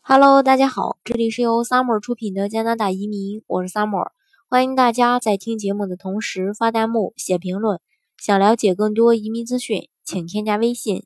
Hello，大家好，这里是由 Summer 出品的加拿大移民，我是 Summer，欢迎大家在听节目的同时发弹幕、写评论。想了解更多移民资讯，请添加微信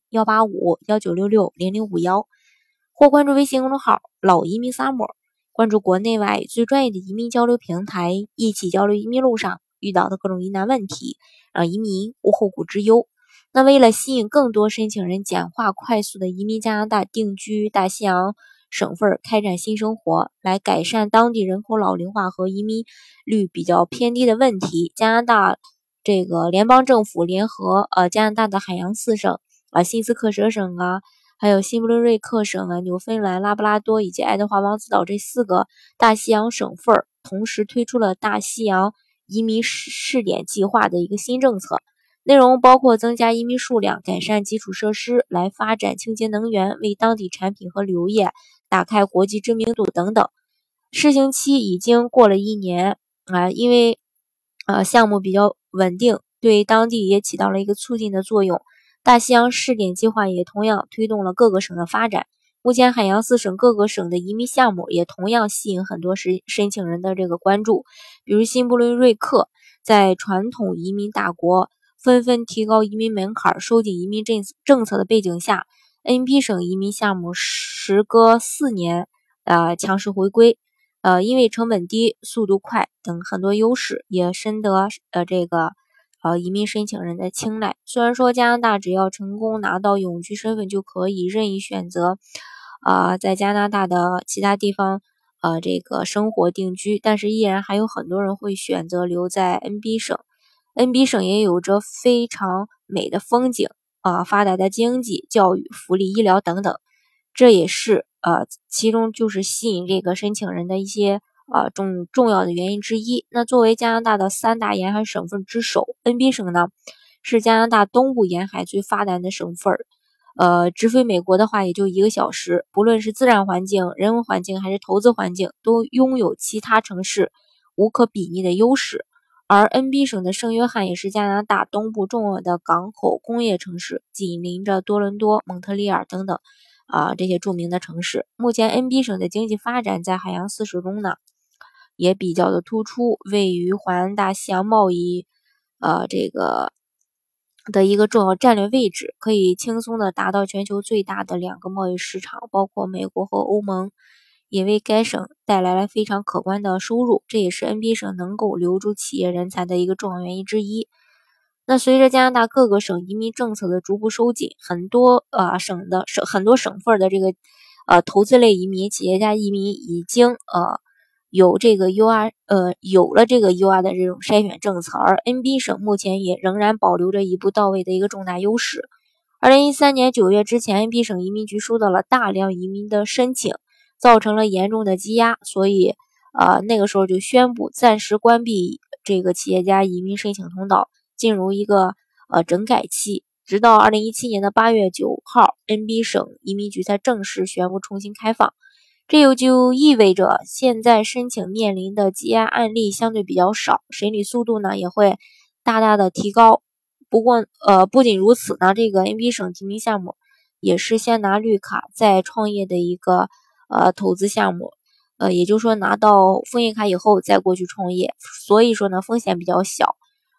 185-1966-0051，或关注微信公众号老移民 Summer，关注国内外最专业的移民交流平台，一起交流移民路上遇到的各种疑难问题，让移民无后顾之忧。那为了吸引更多申请人，简化快速的移民加拿大定居大西洋省份开展新生活，来改善当地人口老龄化和移民率比较偏低的问题，加拿大这个联邦政府联合加拿大的海洋4省新斯克舍省还有新布伦瑞克省纽芬兰、拉布拉多以及爱德华王子岛这4个大西洋省份，同时推出了大西洋移民试点计划的一个新政策。内容包括增加移民数量、改善基础设施、来发展清洁能源、为当地产品和旅游业打开国际知名度等等。试行期已经过了1年因为项目比较稳定，对当地也起到了一个促进的作用。大西洋试点计划也同样推动了各个省的发展。目前海洋4省各个省的移民项目也同样吸引很多申请人的这个关注，比如新布伦瑞克在传统移民大国纷纷提高移民门槛、收紧移民政策的背景下， NP 省移民项目时隔4年强势回归，因为成本低、速度快等很多优势，也深得移民申请人的青睐。虽然说加拿大只要成功拿到永居身份就可以任意选择在加拿大的其他地方生活定居，但是依然还有很多人会选择留在 NB 省。NB 省也有着非常美的风景发达的经济、教育、福利、医疗等等，这也是其中就是吸引这个申请人的一些重要的原因之一。那作为加拿大的3大沿海省份之首， NB 省呢是加拿大东部沿海最发达的省份直飞美国的话也就1个小时，不论是自然环境、人文环境还是投资环境，都拥有其他城市无可比拟的优势。而 NB 省的圣约翰也是加拿大东部重要的港口工业城市，紧邻着多伦多、蒙特利尔等等这些著名的城市。目前 NB 省的经济发展在海洋4省中呢也比较的突出，位于环大西洋贸易的一个重要战略位置，可以轻松的达到全球最大的2个贸易市场，包括美国和欧盟，也为该省带来了非常可观的收入，这也是 NB 省能够留住企业人才的一个重要原因之一。那随着加拿大各个省移民政策的逐步收紧，很多省份的这个投资类移民、企业家移民已经有了这个 UR 的这种筛选政策，而 NB 省目前也仍然保留着一步到位的一个重大优势。2013年9月之前， NB 省移民局收到了大量移民的申请，造成了严重的积压，所以那个时候就宣布暂时关闭这个企业家移民申请通道，进入一个整改期，直到2017年的8月9号 NB 省移民局才正式宣布重新开放。这就意味着现在申请面临的积压案例相对比较少，审理速度呢也会大大的提高。不过不仅如此呢，这个 NB 省提名项目也是先拿绿卡再创业的一个投资项目，也就是说拿到枫叶卡以后再过去创业，所以说呢风险比较小。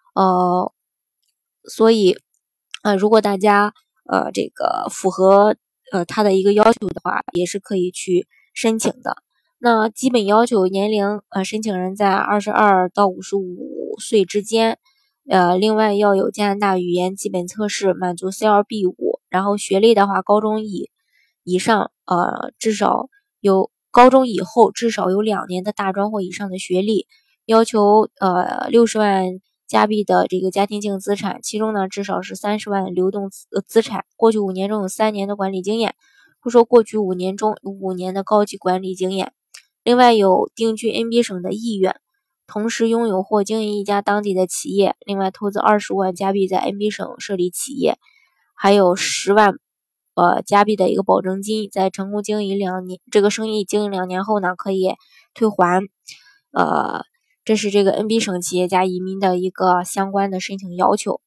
所以如果大家这个符合他的一个要求的话，也是可以去申请的。那基本要求年龄申请人在22到55岁之间，另外要有加拿大语言基本测试满足 CLB5， 然后学历的话高中以上至少有高中以后至少有2年的大专或以上的学历，要求60万加币的这个家庭净资产，其中呢至少是30万流动资产，过去5年中有3年的管理经验，不说过去5年中有5年的高级管理经验。另外有定居 NB 省的意愿，同时拥有或经营一家当地的企业，另外投资25万加币在 NB 省设立企业，还有10万加币的一个保证金，在成功经营2年，这个生意经营2年后呢可以退还。这是这个 NB 省企业家移民的一个相关的申请要求。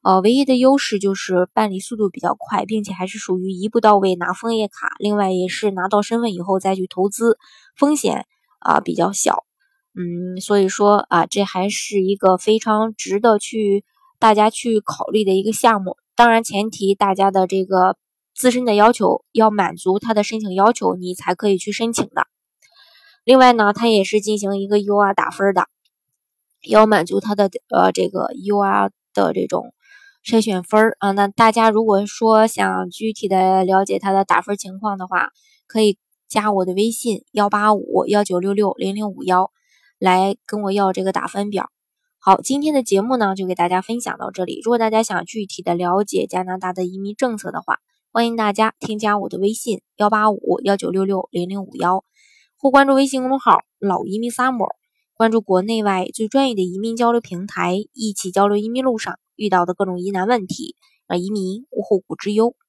唯一的优势就是办理速度比较快，并且还是属于一步到位拿枫叶卡，另外也是拿到身份以后再去投资，风险比较小。所以说这还是一个非常值得大家去考虑的一个项目。当然前提大家的这个自身的要求要满足他的申请要求，你才可以去申请的。另外呢，它也是进行一个 UR 打分的，要满足它的这个 UR 的这种筛选分那大家如果说想具体的了解它的打分情况的话，可以加我的微信18519660051来跟我要这个打分表。好，今天的节目呢就给大家分享到这里。如果大家想具体的了解加拿大的移民政策的话，欢迎大家添加我的微信18519660051，或关注微信公众号老移民Summer，关注国内外最专业的移民交流平台，一起交流移民路上遇到的各种疑难问题，让移民无后顾之忧。